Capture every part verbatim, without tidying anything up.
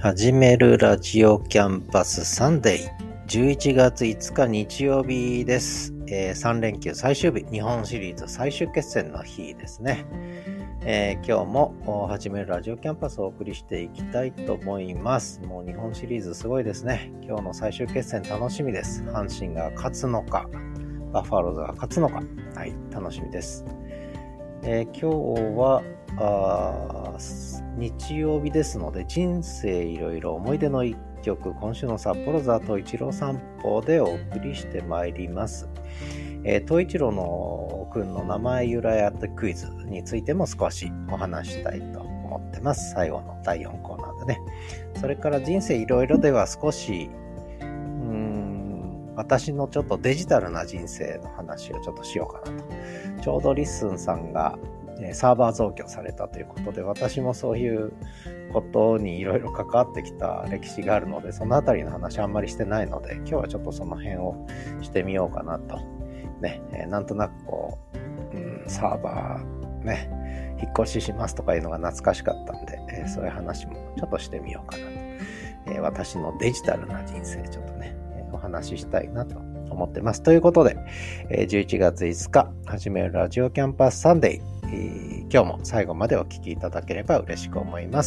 始めるラジオキャンパスサンデーじゅういちがついつか日曜日です、えー、さん連休最終日、日本シリーズ最終決戦の日ですね、えー、今日も始めるラジオキャンパスをお送りしていきたいと思います。もう日本シリーズすごいですね。今日の最終決戦楽しみです。阪神が勝つのかバファローズが勝つのか、はい、楽しみです。えー、今日はあ日曜日ですので、人生いろいろ思い出の一曲、今週の札幌座と一郎散歩でお送りしてまいります。えー、東一郎のくんの名前由来当てクイズについても少しお話したいと思ってます。最後のだいよんコーナーでね。それから人生いろいろでは少しうーん私のちょっとデジタルな人生の話をちょっとしようかなと。ちょうどリッスンさんがサーバー増強されたということで、私もそういうことにいろいろ関わってきた歴史があるので、そのあたりの話あんまりしてないので、今日はちょっとその辺をしてみようかなとね、えー、なんとなくこう、うん、サーバーね引っ越ししますとかいうのが懐かしかったんで、えー、そういう話もちょっとしてみようかなと、えー、私のデジタルな人生ちょっとね、えー、お話ししたいなと思ってます。ということで、えー、じゅういちがついつか始めるラジオキャンパスサンデー、えー、今日も最後までお聞きいただければ嬉しく思います。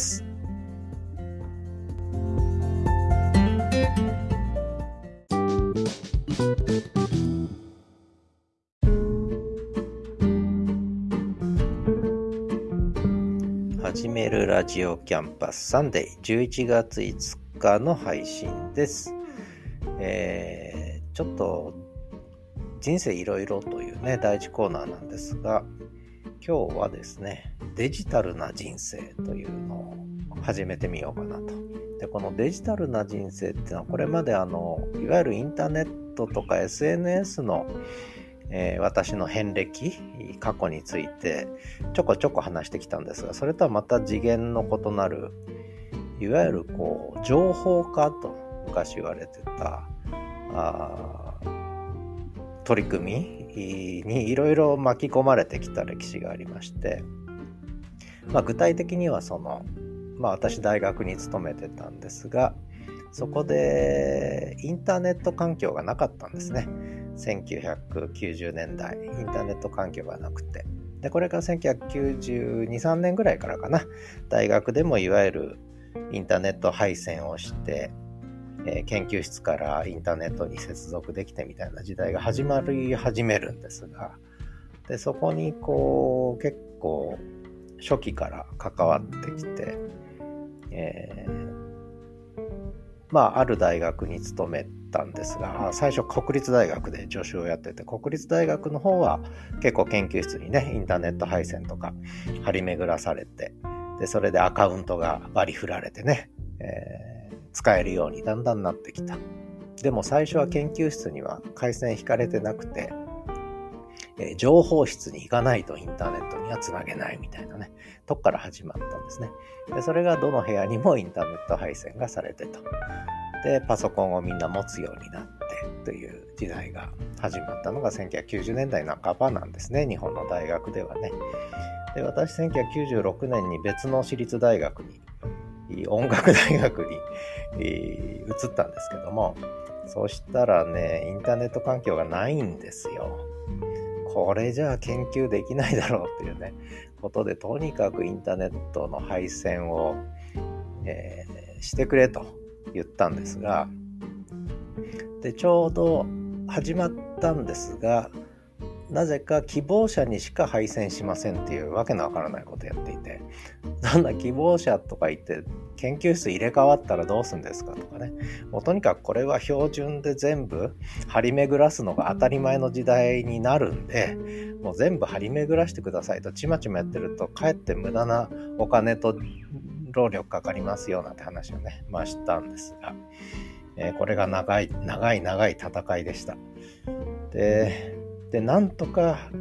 始めるラジオキャンパスサンデーじゅういちがついつかの配信です。えー、ちょっと人生いろいろというね第一コーナーなんですが、今日はですねデジタルな人生というのを始めてみようかなと。でこのデジタルな人生っていうのは、これまであのいわゆるインターネットとか エスエヌエス の、えー、私の遍歴過去についてちょこちょこ話してきたんですが、それとはまた次元の異なるいわゆるこう情報化と昔言われてたあ取り組みにいろいろ巻き込まれてきた歴史がありまして、まあ、具体的にはその、まあ、私大学に勤めてたんですが、そこでインターネット環境がなかったんですね。せんきゅうひゃくきゅうじゅうねんだいインターネット環境がなくて、でこれがせんきゅうひゃくきゅうじゅうに、さんねんぐらいからかな、大学でもいわゆるインターネット配線をしてえー、研究室からインターネットに接続できてみたいな時代が始まり始めるんですが、でそこにこう結構初期から関わってきて、えー、まあある大学に勤めたんですが、最初国立大学で助手をやってて、国立大学の方は結構研究室にねインターネット配線とか張り巡らされて、でそれでアカウントが割り振られてね、えー使えるようにだんだんなってきた。でも最初は研究室には回線引かれてなくて、えー、情報室に行かないとインターネットにはつなげないみたいなねとこから始まったんですね。でそれがどの部屋にもインターネット配線がされてと、でパソコンをみんな持つようになってという時代が始まったのがせんきゅうひゃくきゅうじゅうねんだいなかばなんですね、日本の大学ではね。で私せんきゅうひゃくきゅうじゅうろくねんに別の私立大学に音楽大学に移ったんですけども、そしたらねインターネット環境がないんですよ。これじゃあ研究できないだろうっていうねことで、とにかくインターネットの配線を、えー、してくれと言ったんですが、でちょうど始まったんですが、なぜか希望者にしか配線しませんっていうわけのわからないことをやっていて、そんな希望者とか言って研究室入れ替わったらどうするんですかとかね、もうとにかくこれは標準で全部張り巡らすのが当たり前の時代になるんで、もう全部張り巡らしてくださいと、ちまちまやってるとかえって無駄なお金と労力かかりますよなんて話をねまあしたんですが、えー、これが長い長い長い戦いでした。ででなんとか、うん、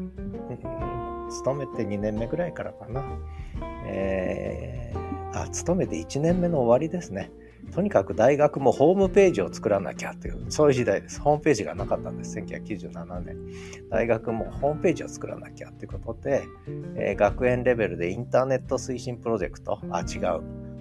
勤めてにねんめぐらいからかな、えー、あ勤めていちねんめの終わりですね。とにかく大学もホームページを作らなきゃという、そういう時代です。ホームページがなかったんです。せんきゅうひゃくきゅうじゅうななねん大学もホームページを作らなきゃということで、えー、学園レベルでインターネット推進プロジェクトあ違う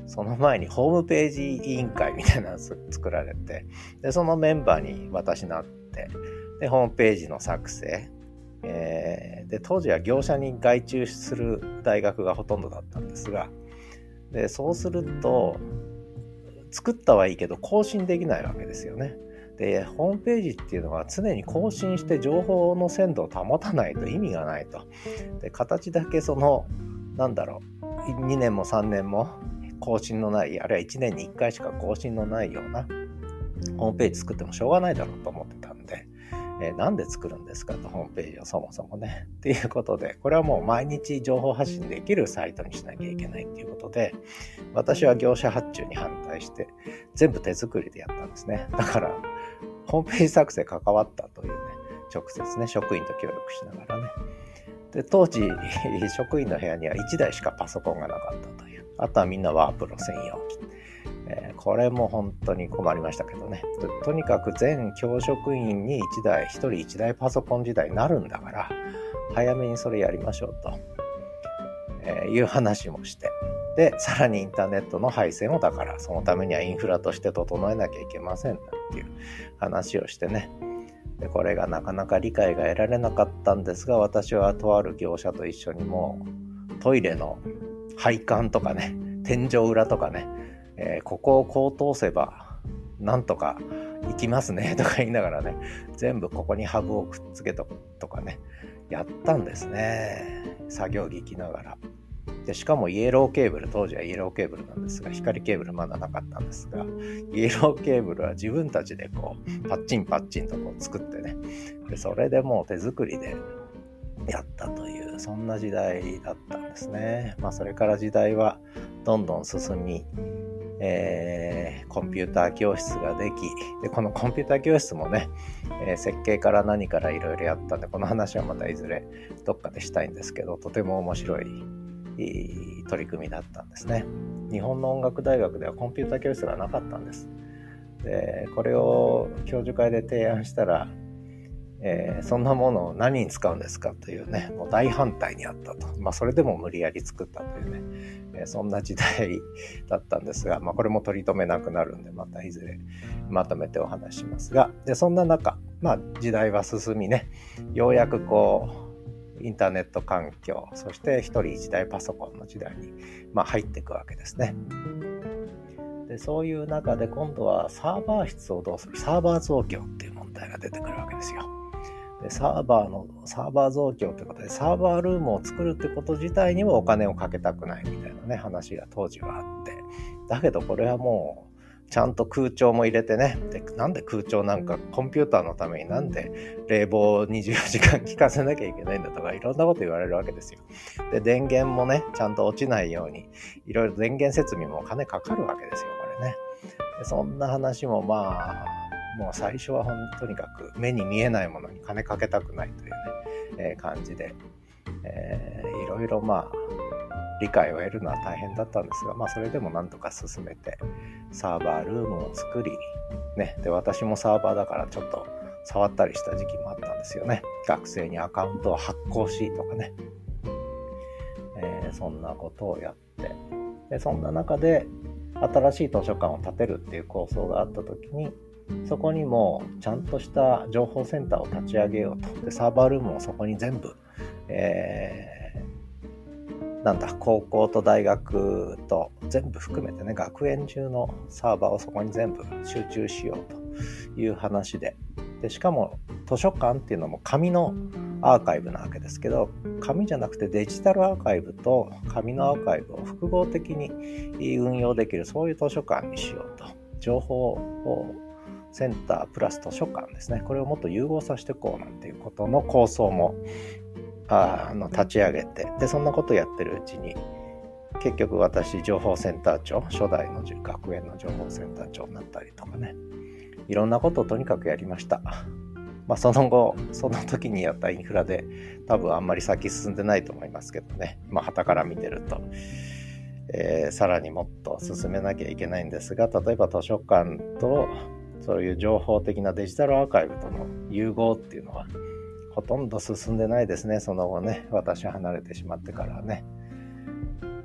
その前にホームページ委員会みたいなのが作られて、でそのメンバーに私なって、でホームページの作成、えー、で当時は業者に外注する大学がほとんどだったんですが、でそうすると作ったはいいけど更新できないわけですよね。でホームページっていうのは常に更新して情報の鮮度を保たないと意味がないと。で形だけそのなんだろうにねんもさんねんも更新のない、あるいはいちねんにいっかいしか更新のないようなホームページ作ってもしょうがないだろうと思ってたんで、えー、なんで作るんですかと、ホームページをそもそもねっていうことで、これはもう毎日情報発信できるサイトにしなきゃいけないっていうことで、私は業者発注に反対して全部手作りでやったんですね。だからホームページ作成関わったというね、直接ね職員と協力しながらね。で当時職員の部屋にはいちだいしかパソコンがなかったという、あとはみんなワープロ専用機、えー、これも本当に困りましたけどね。 と, とにかく全教職員にいちだい、ひとりいちだいパソコン時代になるんだから早めにそれやりましょうと、えー、いう話もして、でさらにインターネットの配線をだからそのためにはインフラとして整えなきゃいけませんっていう話をしてね。でこれがなかなか理解が得られなかったんですが、私はとある業者と一緒にもうトイレの配管とかね、天井裏とかね、えー、ここをこう通せばなんとかいきますねとか言いながらね、全部ここにハブをくっつけとくとかねやったんですね、作業着着ながら。でしかもイエローケーブル、当時はイエローケーブルなんですが、光ケーブルまだなかったんですが、イエローケーブルは自分たちでこうパッチンパッチンとこう作ってね、でそれでもう手作りでやったという、そんな時代だったんですね。まあそれから時代はどんどん進み、えー、コンピューター教室ができ、でこのコンピューター教室もね、えー、設計から何からいろいろやったんで、この話はまたいずれどっかでしたいんですけど、とても面白いいい取り組みだったんですね。日本の音楽大学ではコンピュータ教室がなかったんです。でこれを教授会で提案したら、えー、そんなものを何に使うんですかというね、もう大反対にあったと。まあそれでも無理やり作ったというね、えー、そんな時代だったんですが、まあこれも取り留めなくなるんで、またいずれまとめてお話ししますが、でそんな中、まあ時代は進みね、ようやくこうインターネット環境、そして一人一台パソコンの時代に、まあ、入っていくわけですね。でそういう中で今度はサーバー室をどうする、サーバー増強っていう問題が出てくるわけですよ。でサーバーのサーバー増強ということで、サーバールームを作るってこと自体にもお金をかけたくないみたいなね話が当時はあって、だけどこれはもうちゃんと空調も入れてね、でなんで空調なんか、コンピューターのためになんで冷房をにじゅうよじかん効かせなきゃいけないんだとか、いろんなこと言われるわけですよ。で電源もねちゃんと落ちないようにいろいろ電源設備もお金かかるわけですよ、これね。でそんな話もまあもう最初はほんとにかく目に見えないものに金かけたくないというね、えー、感じで、えー、いろいろまあ理解を得るのは大変だったんですが、まあそれでもなんとか進めてサーバールームを作り、ね、で私もサーバーだからちょっと触ったりした時期もあったんですよね。学生にアカウントを発行しとかね、えー、そんなことをやって、でそんな中で新しい図書館を建てるっていう構想があった時に、そこにもちゃんとした情報センターを立ち上げようと。でサーバールームをそこに全部、えーなんだ高校と大学と全部含めてね、学園中のサーバーをそこに全部集中しようという話で、でしかも図書館っていうのも紙のアーカイブなわけですけど、紙じゃなくてデジタルアーカイブと紙のアーカイブを複合的に運用できる、そういう図書館にしようと。情報センタープラス図書館ですね、これをもっと融合させていこうなんていうことの構想もあの立ち上げて、でそんなことをやってるうちに結局私情報センター長、初代の学園の情報センター長になったりとかね、いろんなことをとにかくやりました。まあその後その時にやったインフラで多分あんまり先進んでないと思いますけどね、まあ傍から見てると、えー、さらにもっと進めなきゃいけないんですが、例えば図書館とそういう情報的なデジタルアーカイブとの融合っていうのはほとんど進んでないですね、その後ね、私離れてしまってからね。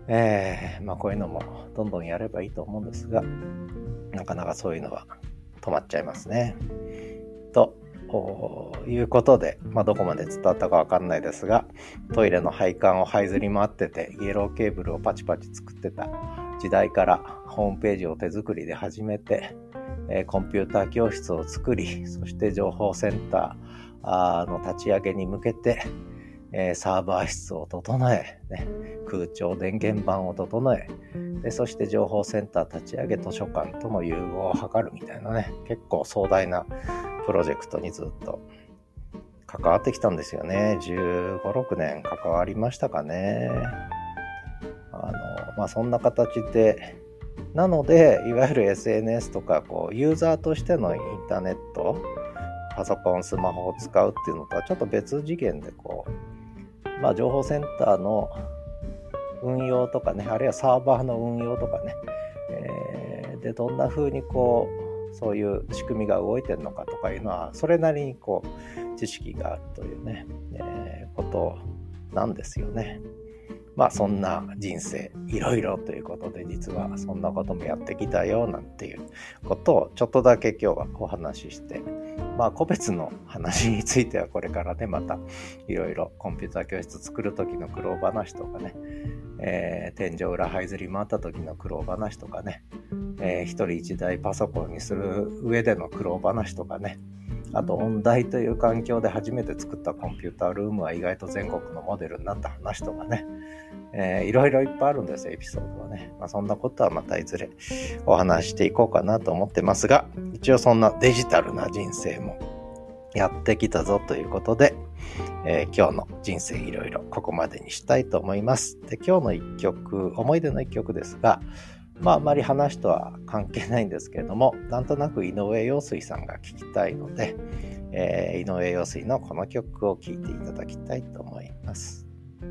えー、まあこういうのもどんどんやればいいと思うんですが、なかなかそういうのは止まっちゃいますね。ということで、まあ、どこまで伝わったかわかんないですが、トイレの配管を這いずり回っててイエローケーブルをパチパチ作ってた時代からホームページを手作りで始めて、えー、コンピューター教室を作り、そして情報センターの立ち上げに向けて、えー、サーバー室を整え、ね、空調電源板を整えで、そして情報センター立ち上げ、図書館との融合を図るみたいなね、結構壮大なプロジェクトにずっと関わってきたんですよね。じゅうご、ろくねん関わりましたかね。あの、まあ、そんな形で、なので、いわゆる エスエヌエス とか、こう、ユーザーとしてのインターネット、パソコン、スマホを使うっていうのとはちょっと別次元で、こう、まあ、情報センターの運用とかね、あるいはサーバーの運用とかね、えー、で、どんな風にこう、そういう仕組みが動いてるのかとかいうのは、それなりにこう、知識があるというね、えー、ことなんですよね。まあそんな人生いろいろということで、実はそんなこともやってきたよなんていうことをちょっとだけ今日はお話しして、まあ個別の話についてはこれからね、またいろいろコンピューター教室作る時の苦労話とかね、えー、天井裏這いずり回った時の苦労話とかね、えー、一人一台パソコンにする上での苦労話とかね、あと音大という環境で初めて作ったコンピュータールームは意外と全国のモデルになった話とかね、えー、いろいろいっぱいあるんですよ、エピソードはね。まあ、そんなことはまたいずれお話していこうかなと思ってますが、一応そんなデジタルな人生もやってきたぞということで、えー、今日の人生いろいろここまでにしたいと思います。で、今日の一曲、思い出の一曲ですが、まああまり話とは関係ないんですけれども、なんとなく井上陽水さんが聴きたいので、えー、井上陽水のこの曲を聴いていただきたいと思います。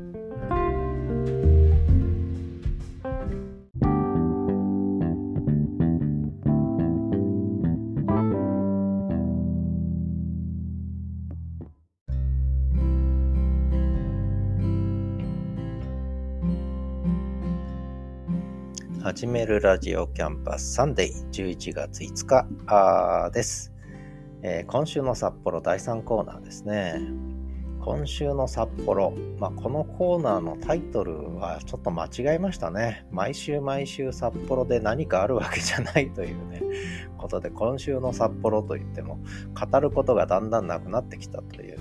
始めるラジオキャンパスサンデーじゅういちがついつかです、えー、今週の札幌だいさんコーナーですね。今週の札幌、まあ、このコーナーのタイトルはちょっと間違えましたね。毎週毎週札幌で何かあるわけじゃないというねことで、今週の札幌といっても語ることがだんだんなくなってきたという、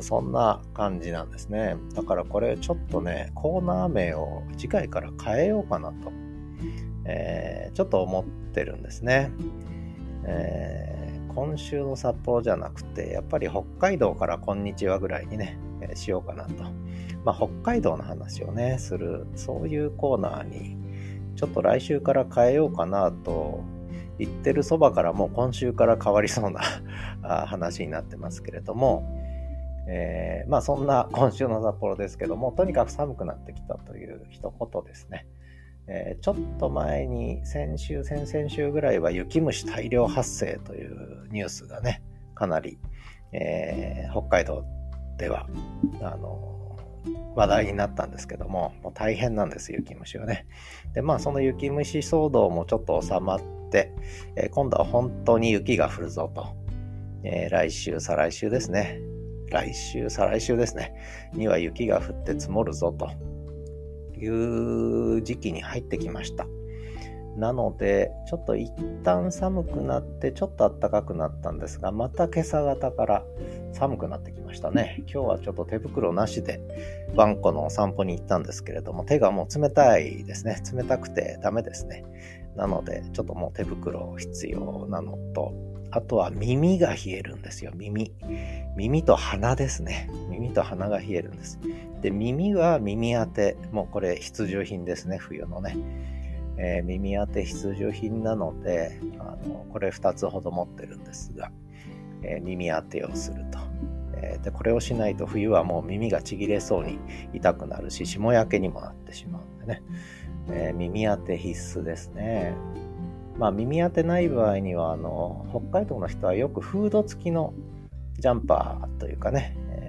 そんな感じなんですね。だからこれちょっとね、コーナー名を次回から変えようかなと、えー、ちょっと思ってるんですね。えー、今週の札幌じゃなくて、やっぱり北海道からこんにちはぐらいにね、えー、しようかなと。まあ北海道の話をね、する、そういうコーナーに、ちょっと来週から変えようかなと言ってるそばからもう今週から変わりそうな話になってますけれども、えー、まあそんな今週の札幌ですけども、とにかく寒くなってきたという一言ですね。えー、ちょっと前に先週先々週ぐらいは雪虫大量発生というニュースがね、かなり、えー、北海道ではあの話題になったんですけども、もう大変なんです、雪虫はね。で、まあその雪虫騒動もちょっと収まって、えー、今度は本当に雪が降るぞと、えー、来週再来週ですね来週再来週ですねには雪が降って積もるぞという時期に入ってきました。なのでちょっと一旦寒くなってちょっと暖かくなったんですが、また今朝方から寒くなってきましたね。今日はちょっと手袋なしでワンコのお散歩に行ったんですけれども、手がもう冷たいですね。冷たくてダメですね。なのでちょっともう手袋必要なのと、あとは耳が冷えるんですよ。耳耳と鼻ですね。耳と鼻が冷えるんです。で、耳は耳当て、もうこれ必需品ですね、冬のね、えー、耳当て必需品なので、あのこれふたつほど持ってるんですが、えー、耳当てをすると、えー、でこれをしないと冬はもう耳がちぎれそうに痛くなるし、霜焼けにもなってしまうんでね、えー、耳当て必須ですね。まあ耳当てない場合には、あの北海道の人はよくフード付きのジャンパーというかね、え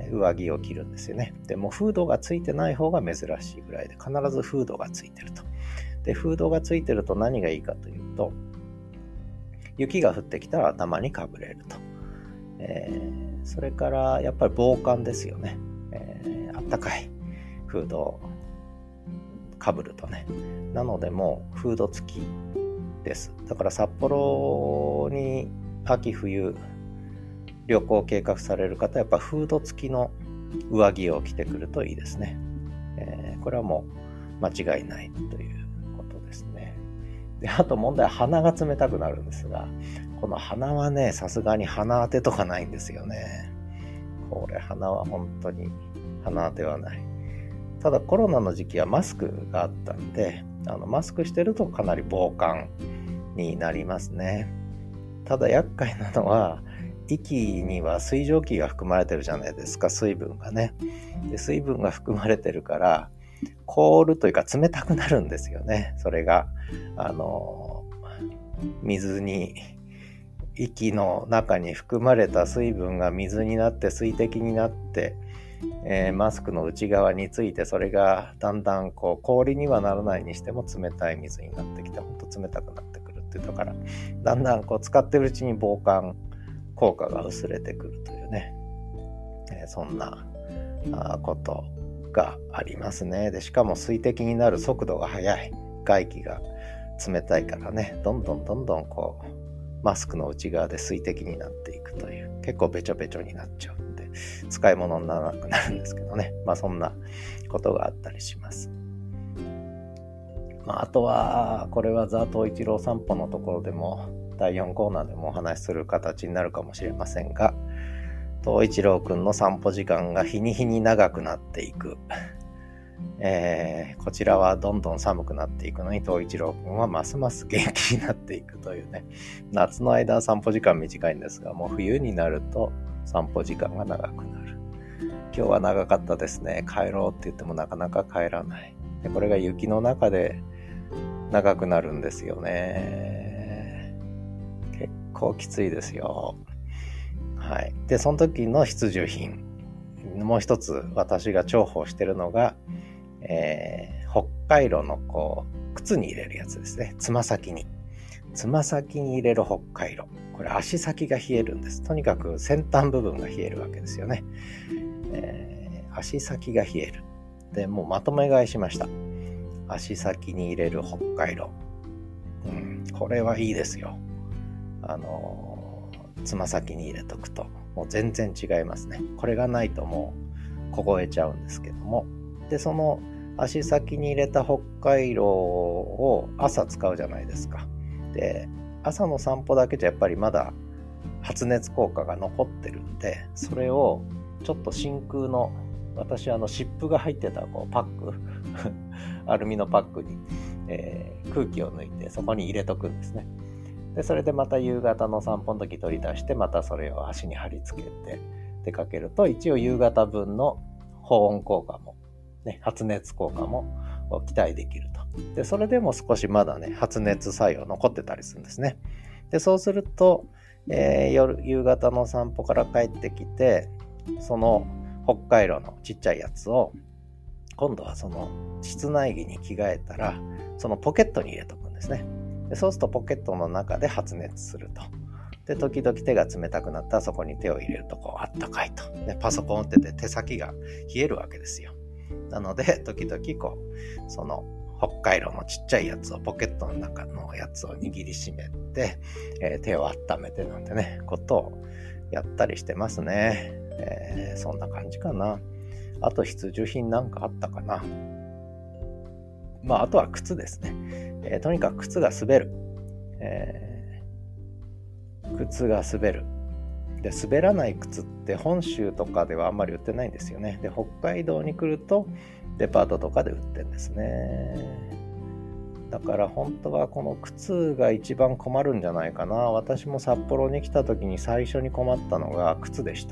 ー、上着を着るんですよね。でもフードがついてない方が珍しいぐらいで、必ずフードがついてると。で、フードがついてると何がいいかというと、雪が降ってきたら頭にかぶれると。えー、それからやっぱり防寒ですよね。えー、あったかいフードをかぶるとね。なのでもうフード付きです。だから札幌に秋冬旅行を計画される方はやっぱフード付きの上着を着てくるといいですね。えー、これはもう間違いないということですね。で、あと問題は鼻が冷たくなるんですが、この鼻はね、さすがに鼻当てとかないんですよね。これ鼻は本当に鼻当てはない。ただコロナの時期はマスクがあったんで、あのマスクしてるとかなり防寒になりますね。ただ厄介なのは、息には水蒸気が含まれてるじゃないですか、水分がね。で、水分が含まれてるから凍るというか冷たくなるんですよね。それがあの水に息の中に含まれた水分が水になって水滴になって、えー、マスクの内側について、それがだんだんこう氷にはならないにしても冷たい水になってきて、ほんと冷たくなってくるっていうとから、だんだんこう使ってるうちに防寒効果が薄れてくるというね、えー、そんなことがありますね。で、しかも水滴になる速度が速い。外気が冷たいからね、どんどんどんどんこうマスクの内側で水滴になっていくという、結構べちょべちょになっちゃうんで使い物にならなくなるんですけどね。まあそんなことがあったりします。まああとはこれはザ・東一郎散歩のところでもだいよんコーナーでもお話しする形になるかもしれませんが、東一郎くんの散歩時間が日に日に長くなっていく。えー、こちらはどんどん寒くなっていくのに、東一郎くんはますます元気になっていくというね。夏の間は散歩時間短いんですが、もう冬になると散歩時間が長くなる。今日は長かったですね。帰ろうって言ってもなかなか帰らない。で、これが雪の中で長くなるんですよね。結構きついですよ。はい。で、その時の必需品。もう一つ私が重宝してるのが、えー、北海道のこう靴に入れるやつですね。つま先につま先に入れる北海道。これ足先が冷えるんです。とにかく先端部分が冷えるわけですよね。えー、足先が冷える。で、もうまとめ買いしました。足先に入れる北海道。うん、これはいいですよ。あのー、つま先に入れとくともう全然違いますね。これがないともう凍えちゃうんですけども。で、その足先に入れた北海道を朝使うじゃないですか。で、朝の散歩だけじゃやっぱりまだ発熱効果が残ってるんで、それをちょっと真空の、私あの湿布が入ってたこうパックアルミのパックに、えー、空気を抜いてそこに入れとくんですね。で、それでまた夕方の散歩の時取り出して、またそれを足に貼り付けて出かけると、一応夕方分の保温効果もね、発熱効果も期待できると。で、それでも少しまだね、発熱作用残ってたりするんですね。で、そうすると、えー、夜、夕方の散歩から帰ってきて、その北海道のちっちゃいやつを、今度はその室内着に着替えたら、そのポケットに入れとくんですね。で、そうするとポケットの中で発熱すると。で、時々手が冷たくなったらそこに手を入れるとこうあったかいと。ね、パソコンを打ってて手先が冷えるわけですよ。なので、時々こう、その北海道のちっちゃいやつを、ポケットの中のやつを握りしめて、えー、手を温めてなんてね、ことをやったりしてますね。えー、そんな感じかな。あと必需品なんかあったかな。まあ、あとは靴ですね。えー、とにかく靴が滑る。えー、靴が滑る。で、滑らない靴って本州とかではあんまり売ってないんですよね。で、北海道に来るとデパートとかで売ってるんですね。だから本当はこの靴が一番困るんじゃないかな。私も札幌に来た時に最初に困ったのが靴でした。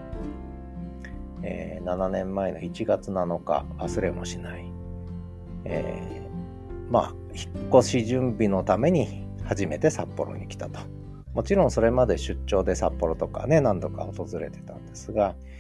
えー、ななねんまえのいちがつなのか忘れもしない。えー、まあ引っ越し準備のために初めて札幌に来たと。もちろんそれまで出張で札幌とかね何度か訪れてたんですが、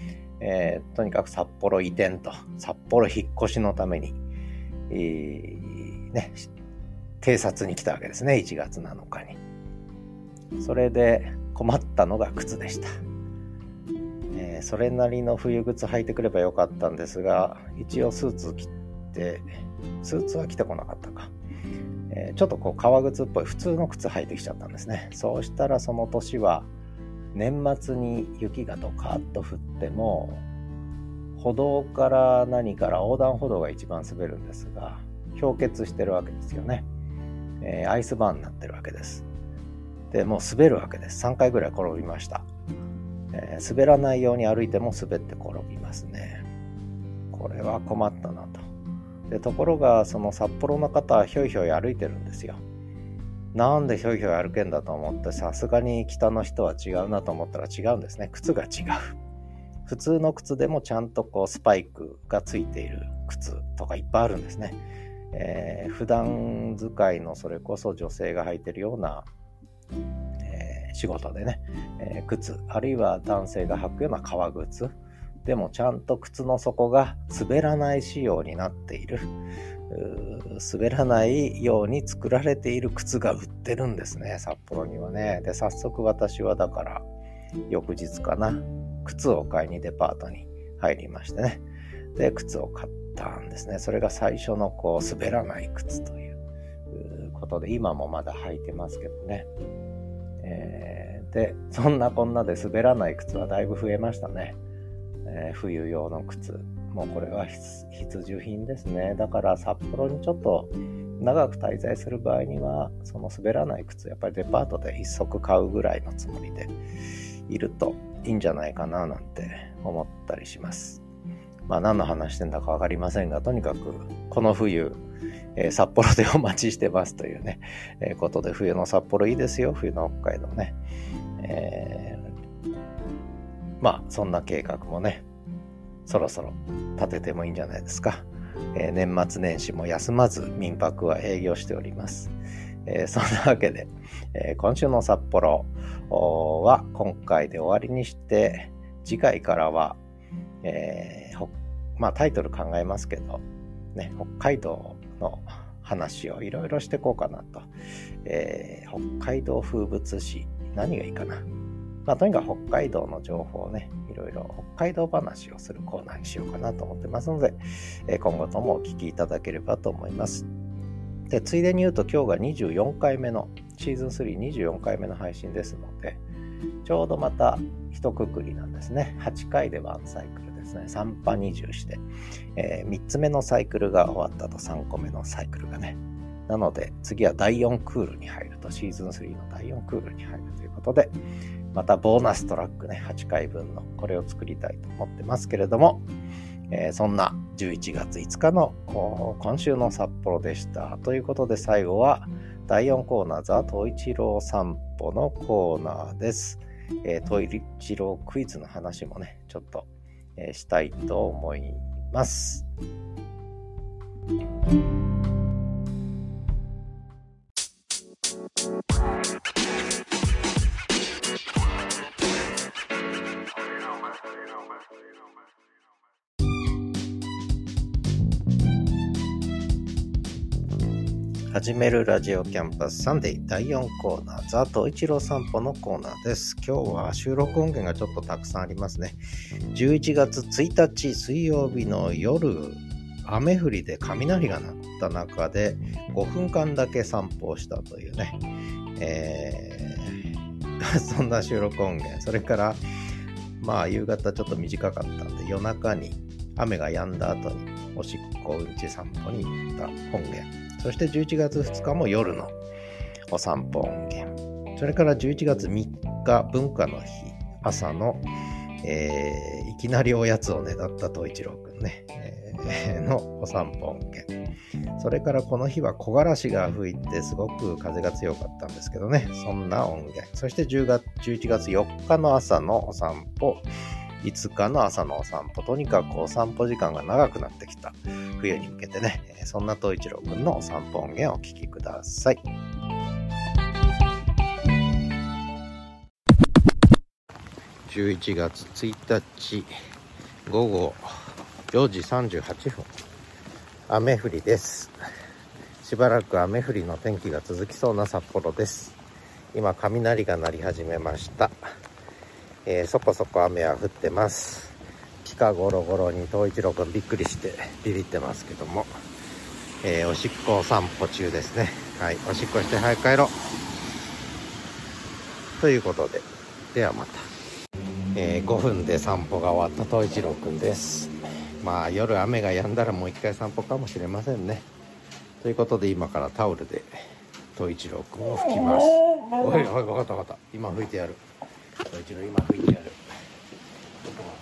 えー、とにかく札幌移転と、札幌引っ越しのために、えー、ね、偵察に来たわけですね、いちがつなのかに。それで困ったのが靴でした。えー、それなりの冬靴履いてくればよかったんですが、一応スーツ着て、スーツは着てこなかったか。えー、ちょっとこう革靴っぽい普通の靴履いてきちゃったんですね。そうしたらその年は年末に雪がドカッと降っても、歩道から何から横断歩道が一番滑るんですが、氷結してるわけですよね。えー、アイスバーンになってるわけです。で、もう滑るわけです。さんかいぐらい転びました。えー、滑らないように歩いても滑って転びますね。これは困ったなと。で、ところがその札幌の方はひょいひょい歩いてるんですよ。なんでひょいひょい歩けんだと思って、さすがに北の人は違うなと思ったら違うんですね。靴が違う。普通の靴でもちゃんとこうスパイクがついている靴とかいっぱいあるんですね。えー、普段使いのそれこそ女性が履いてるような、えー、仕事でね、えー、靴、あるいは男性が履くような革靴でもちゃんと靴の底が滑らない仕様になっている、滑らないように作られている靴が売ってるんですね、札幌にはね。で、早速私はだから翌日かな、靴を買いにデパートに入りましてね。で、靴を買ったんですね。それが最初のこう滑らない靴ということで、今もまだ履いてますけどね。えー、で、そんなこんなで滑らない靴はだいぶ増えましたね。えー、冬用の靴。もうこれは必需品ですね。だから札幌にちょっと長く滞在する場合には、その滑らない靴、やっぱりデパートで一足買うぐらいのつもりでいるといいんじゃないかななんて思ったりします。まあ何の話してんだかわかりませんが、とにかくこの冬、えー、札幌でお待ちしてますというね、えー、ことで、冬の札幌いいですよ、冬の北海道ね。えー、まあそんな計画もね、そろそろ立ててもいいんじゃないですか。えー、年末年始も休まず民泊は営業しております。えー、そんなわけで、えー、今週の札幌は今回で終わりにして、次回からは、えーまあ、タイトル考えますけど、ね、北海道の話をいろいろしていこうかなと。えー、北海道風物詩、何がいいかな。まあ、とにかく北海道の情報をね、いろいろ北海道話をするコーナーにしようかなと思ってますので、えー、今後ともお聞きいただければと思います。で、ついでに言うと今日がにじゅうよんかいめの、シーズンスリーにじゅうよんかいめの配信ですので、ちょうどまた一括りなんですね。はちかいでワンサイクルですね。さんぱにじゅうして、えー、みっつめのサイクルが終わったと、さんこめのサイクルがね。なので次はだいよんクールに入ると、シーズンスリーのだいよんクールに入るということで、またボーナストラックね、はちかいぶんのこれを作りたいと思ってますけれども、えー、そんなじゅういちがついつかの今週の札幌でしたということで、最後はだいよんコーナー、ザ・東一郎散歩のコーナーです。えー、東一郎クイズの話もね、ちょっと、えー、したいと思います。始めるラジオキャンパスサンデーだいよんコーナー、ザ・東一郎散歩のコーナーです。今日は収録音源がちょっとたくさんありますね。じゅういちがつついたち水曜日の夜、雨降りで雷が鳴った中でごふんかんだけ散歩をしたというね、えー、そんな収録音源。それからまあ夕方ちょっと短かったんで、夜中に雨が止んだ後におしっこうんち散歩に行った音源。そしてじゅういちがつふつかも夜のお散歩音源。それからじゅういちがつみっか文化の日朝の、えー、いきなりおやつをねだった東一郎くんね、えー、のお散歩音源。それからこの日は木枯らしが吹いてすごく風が強かったんですけどね、そんな音源。そしてじゅういちがつよっかの朝のお散歩、いつかの朝のお散歩、とにかくお散歩時間が長くなってきた冬に向けてね、そんな東一郎くんのお散歩音源をお聞きください。じゅういちがつついたち午後よじさんじゅうはっぷん、雨降りです。しばらく雨降りの天気が続きそうな札幌です。今雷が鳴り始めました。えー、そこそこ雨は降ってます。ピカゴロゴロに東一郎くんびっくりしてビビってますけども、えー、おしっこ散歩中ですね。はい、おしっこして早く帰ろうということで、ではまた。えー、ごふんで散歩が終わった東一郎くんです。まあ夜雨が止んだらもう一回散歩かもしれませんね。ということで今からタオルで東一郎くんを拭きます。おいおい、分かった分かった、今拭いてやる。東一郎今拭いてやる。ちょっと待って。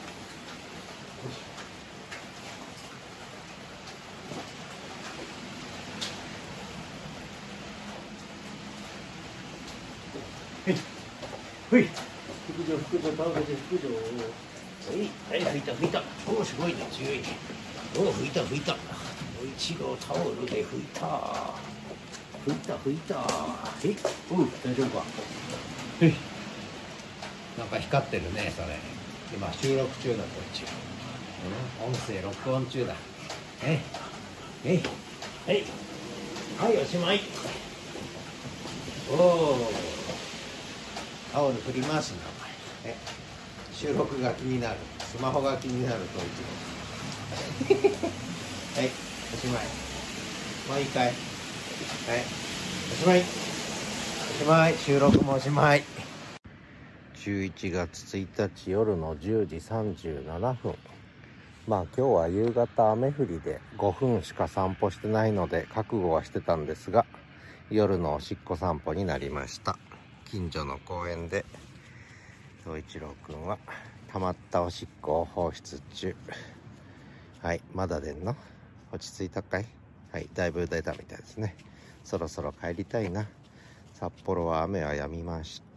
はい、はい、副長副長倒れて副長。はいはい、拭いた拭いた。おおすごいね、強いね。おお拭いた拭いた。一号タオルで拭いた拭いた拭いた。え、おう大丈夫か。はい、なんか光ってるねそれ。今収録中だこっち、うん、音声録音中だ。えいえいはいはい、おしまい。おおタオル振りますなお前。え、収録が気になる、スマホが気になると一応はい、おしまい。もういいかい。はい、おしまい。おしまい。収録もおしまい。じゅういちがつついたち夜のじゅうじさんじゅうななふん。まあ今日は夕方雨降りでごふんしか散歩してないので覚悟はしてたんですが、夜のおしっこ散歩になりました。近所の公園で東一郎くんは溜まったおしっこを放出中。はい、まだ出んの？落ち着いたかい？はい、だいぶ出たみたいですね。そろそろ帰りたいな。札幌は雨は止みました。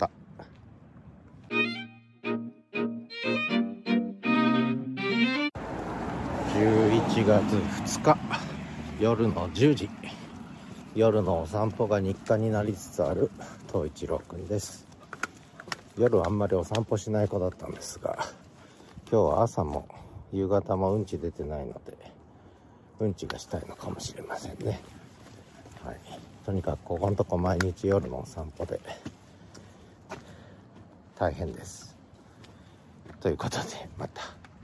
じゅういちがつふつか夜のじゅうじ、夜のお散歩が日課になりつつある東一郎くんです。夜あんまりお散歩しない子だったんですが、今日は朝も夕方もうんち出てないのでうんちがしたいのかもしれませんね。はい、とにかくここのとこ毎日夜のお散歩で大変です。ということでまた。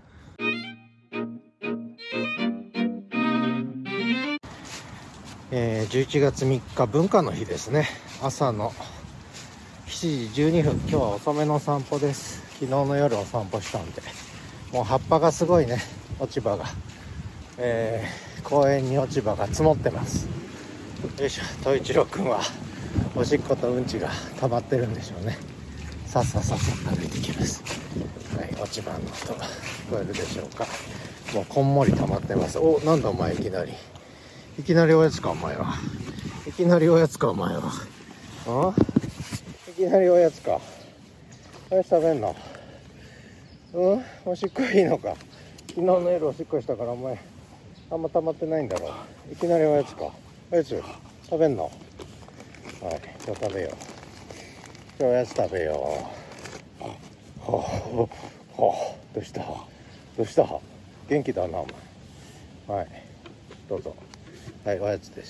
えー、じゅういちがつみっか文化の日ですね。朝のしちじじゅうにふん、今日は遅めの散歩です。昨日の夜お散歩したんで、もう葉っぱがすごいね、落ち葉が、えー、公園に落ち葉が積もってます。よいしょ。東一郎くんはおしっことうんちが溜まってるんでしょうね。さっささっさ歩いてきます。はい、落ち葉の音聞こえるでしょうか。もうこんもり溜まってます。お、なんだお前、いきなりいきなりおやつかお前は。いきなりおやつかお前は。あ、いきなりおやつか。おやつ食べんの？うん、おしっこいいのか。昨日の夜おしっこしたからお前あんま溜まってないんだろう。いきなりおやつか。おやつ食べんの？はい、じゃあ食べよう。じゃあおやつ食べよう。はあ、はあ、はあ、どうしたどうした元気だなお前。はい、どうぞ。はい、おやつです。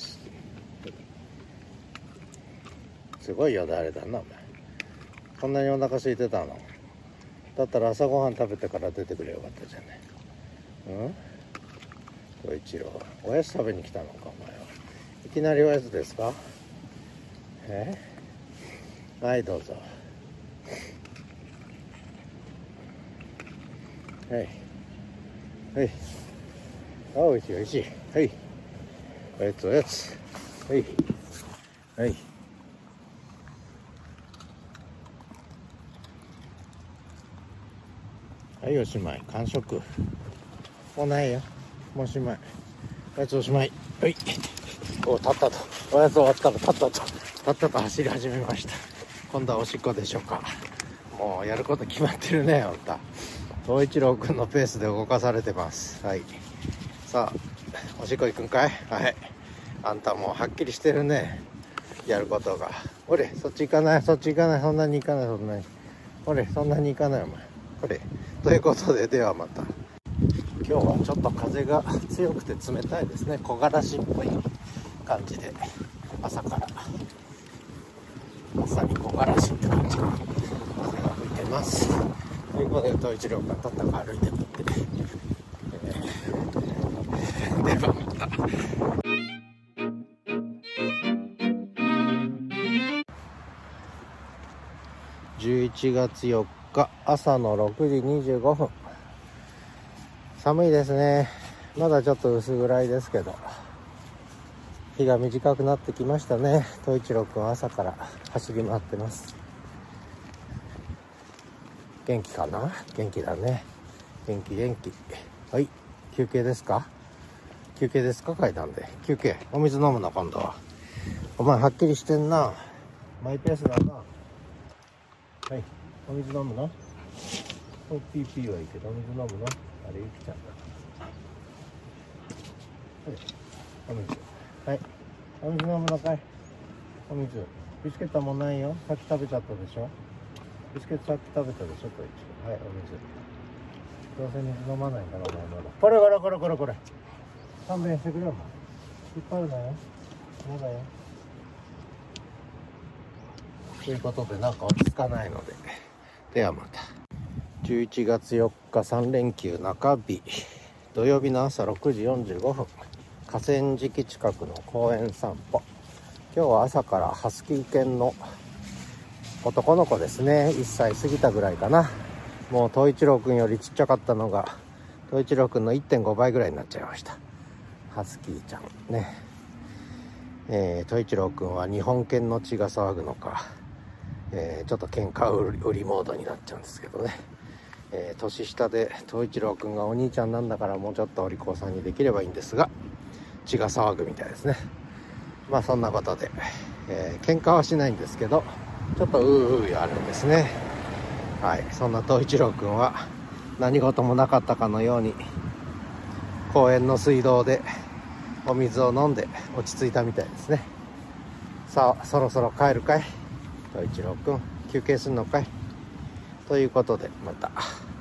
すごいよだれだなお前。こんなにお腹空いてたの？だったら朝ごはん食べてから出てくれよかったじゃない。うん東一郎、おやつ食べに来たのかお前は。いきなりおやつですか？え、はい、どうぞ。はいはい、あ、おいしいおいしい。はい、おやつおやつ。はいはいはい、おしまい。完食。もうないよ。もうおしまい。おやつおしまい。はい。お、立ったと。おやつ終わったら立ったと。立ったと走り始めました。今度はおしっこでしょうか。もうやること決まってるね、ほんと。東一郎くんのペースで動かされてます。はい。さあ、おしっこ行くんかい？はい。あんたもうはっきりしてるね。やることが。ほれ、そっち行かない、そっち行かない、そんなに行かない、そんなに。ほれ、そんなに行かない、お前。 これということで、ではまた。今日はちょっと風が強くて冷たいですね。木枯らしっぽい感じで、朝からまさに木枯らしって感じの風が吹いてます。ということで、東一郎がたったか歩いてくって、えー、ではまた。じゅういちがつよっか朝のろくじにじゅうごふん。寒いですね。まだちょっと薄暗いですけど、日が短くなってきましたね。東一郎くんは朝から走り回ってます。元気かな？元気だね。元気元気。はい、休憩ですか？休憩ですか？階段で休憩。お水飲むの今度は。お前はっきりしてんな。マイペースだな。はい、お水飲むの？おピーピーはいいけど、お水飲むの？あれゆきちゃんだ。はい、お水。はい、お水飲むのかい？お水。ビスケットはもうないよ。さっき食べちゃったでしょ。ビスケットさっき食べたでしょ。これはい、お水。どうせ水飲まないからお前まだ。これこれこれこれこれ。勘弁してくれよ。引っ張るなよ。まだよ。ということで、なんか落ち着かないので、ではまた。じゅういちがつよっかさん連休中日、土曜日の朝ろくじよんじゅうごふん、河川敷近くの公園散歩。今日は朝からハスキー犬の男の子ですね。いっさい過ぎたぐらいかな。もう東一郎くんよりちっちゃかったのが東一郎くんの いってんご 倍ぐらいになっちゃいました。ハスキーちゃんね。えー、東一郎くんは日本犬の血が騒ぐのか、えー、ちょっと喧嘩売りモードになっちゃうんですけどね。えー、年下で東一郎くんがお兄ちゃんなんだから、もうちょっとお利口さんにできればいいんですが、血が騒ぐみたいですね。まあそんなことで、えー、喧嘩はしないんですけど、ちょっとうーうーあるんですね。はい、そんな東一郎くんは何事もなかったかのように公園の水道でお水を飲んで落ち着いたみたいですね。さあ、そろそろ帰るかい東一郎くん。休憩するのかいということで、また。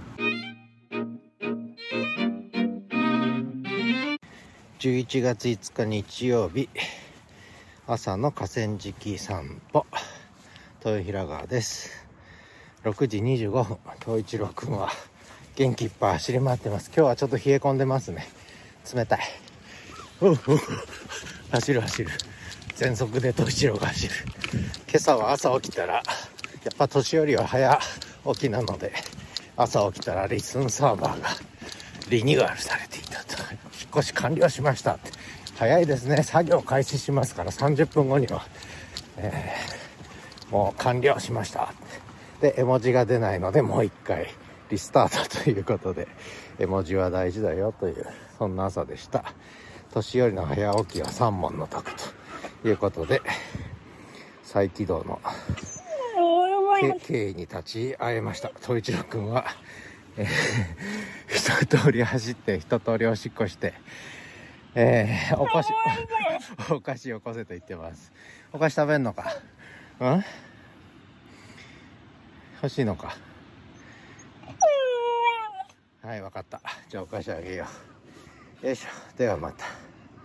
じゅういちがついつか日曜日、朝の河川敷散歩、豊平川です。ろくじにじゅうごふん、東一郎くんは元気いっぱい走り回ってます。今日はちょっと冷え込んでますね。冷たい。うう走る走る。全速で東一郎が走る。今朝は朝起きたら、やっぱ年寄りは早起きなので、朝起きたらリスンサーバーがリニューアルされていたと。引っ越し完了しましたって。早いですね。作業開始しますからさんじゅっぷんごには、えー、もう完了しましたで、絵文字が出ないのでもう一回リスタートということで、絵文字は大事だよという、そんな朝でした。年寄りの早起きは三問の得ということで、再起動の経緯に立ち会えました。東一郎くんは、えー、一通り走って一通りおしっこして、えー、お菓子お菓子よこせと言ってます。お菓子食べんのか？うん？欲しいのか？はい、わかった。じゃあお菓子あげよう。よいしょ。ではまた。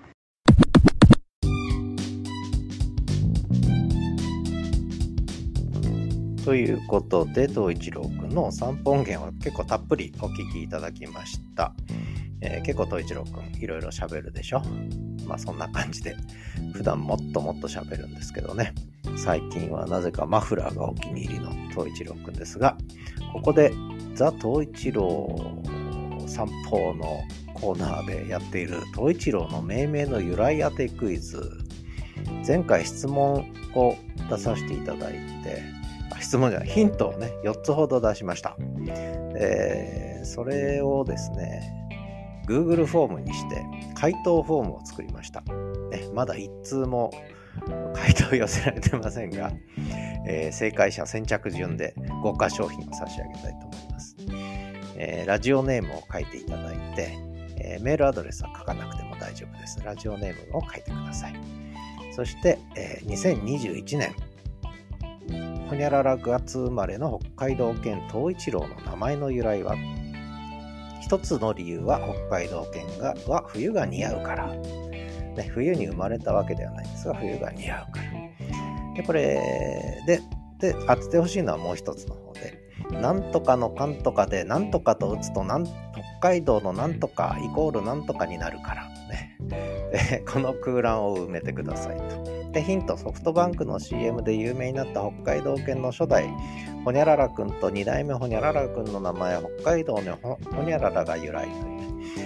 ということで、東一郎くんの散歩音源は結構たっぷりお聞きいただきました。えー、結構東一郎くんいろいろ喋るでしょ。まあそんな感じで普段もっともっと喋るんですけどね。最近はなぜかマフラーがお気に入りの東一郎くんですが、ここでザ・東一郎散歩のコーナーでやっている東一郎の命名の由来当てクイズ。前回質問を出させていただいて、質問じゃない、ヒントをねよっつほど出しました。えー、それをですね Google フォームにして回答フォームを作りました、ね、まだ一通も回答寄せられてませんが、えー、正解者先着順で豪華商品を差し上げたいと思います。えー、ラジオネームを書いていただいて、えー、メールアドレスは書かなくても大丈夫です。ラジオネームを書いてください。そして、えー、にせんにじゅういちねんほにゃらら月生まれの北海道犬東一郎の名前の由来は、一つの理由は北海道犬がは冬が似合うから、ね、冬に生まれたわけではないんですが、冬が似合うから。でこれでで当ててほしいのはもう一つの方で、なんとかのかんとかでなんとかと打つとなん北海道のなんとかイコールなんとかになるからね。でこの空欄を埋めてくださいと。でヒント、ソフトバンクの シーエム で有名になった北海道犬の初代ほにゃららくんとに代目ほにゃららくんの名前は北海道の ほ, ほにゃららが由来という、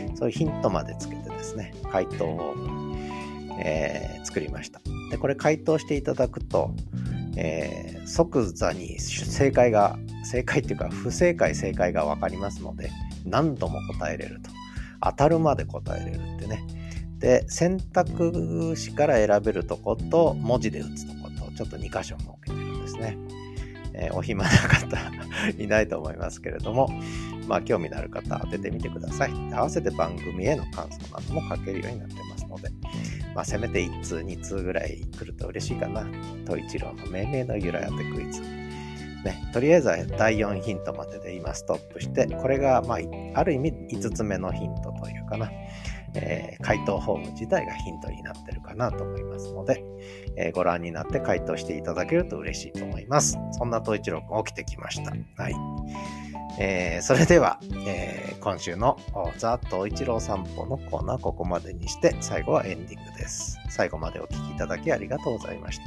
ね、そういうヒントまでつけてですね、回答を、えー、作りました。でこれ回答していただくと、えー、即座に正解が正解っていうか不正解正解が分かりますので、何度も答えれると、当たるまで答えれるってね。で選択肢から選べるとこと文字で打つとことちょっとに箇所設けてるんですね。えー、お暇な方いないと思いますけれども、まあ興味のある方当ててみてください。合わせて番組への感想なども書けるようになってますので、まあせめていち通に通ぐらい来ると嬉しいかな。東一郎の命名の由来当てクイズ。ね、とりあえずはだいよんヒントまでで今ストップして、これがまあある意味いつつめのヒントというかな。えー、回答フォーム自体がヒントになってるかなと思いますので、えー、ご覧になって回答していただけると嬉しいと思います。そんな東一郎くん起きてきました。はい。えー、それでは、えー、今週のザ・東一郎散歩のコーナーここまでにして、最後はエンディングです。最後までお聞きいただきありがとうございました。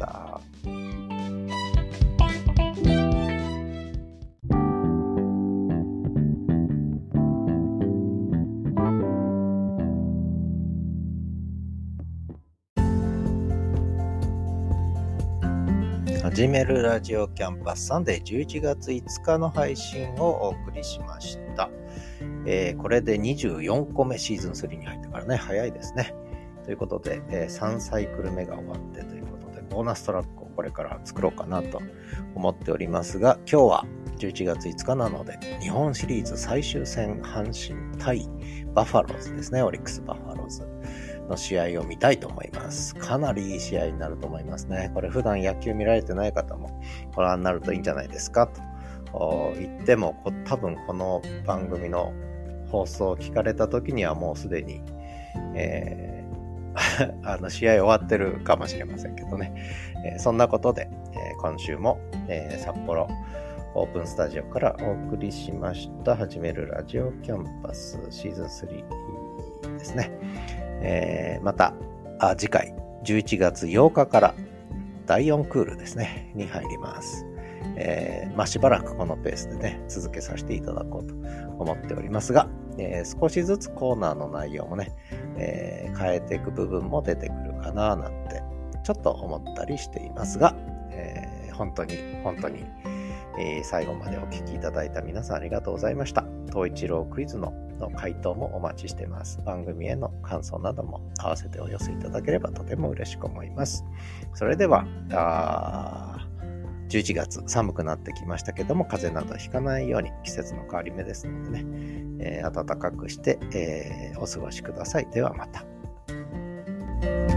始めるラジオキャンパスサンデーじゅういちがついつかの配信をお送りしました。えー、これでにじゅうよんこめシーズンスリーに入ってからね、早いですね。ということで、えー、さんサイクル目が終わってということで、ボーナストラックをこれから作ろうかなと思っておりますが、今日はじゅういちがついつかなので、日本シリーズ最終戦阪神対バファローズですね、オリックスバファローズの試合を見たいと思います。かなりいい試合になると思いますね。これ普段野球見られてない方もご覧になるといいんじゃないですかと言っても、多分この番組の放送を聞かれた時にはもうすでに、えー、あの試合終わってるかもしれませんけどね。えー、そんなことで、えー、今週も、えー、札幌オープンスタジオからお送りしました始めるラジオキャンパスシーズンスリーですね。えー、またあ次回じゅういちがつようかからだいよんクールですねに入ります。えー、まあしばらくこのペースでね続けさせていただこうと思っておりますが、えー、少しずつコーナーの内容もね、えー、変えていく部分も出てくるかななんてちょっと思ったりしていますが、えー、本当に本当に、えー、最後までお聞きいただいた皆さんありがとうございました。東一郎クイズのの回答もお待ちしています。番組への感想なども合わせてお寄せいただければとても嬉しく思います。それではあじゅういちがつ寒くなってきましたけども、風邪などひかないように季節の変わり目ですのでね、えー、暖かくして、えー、お過ごしください。ではまた。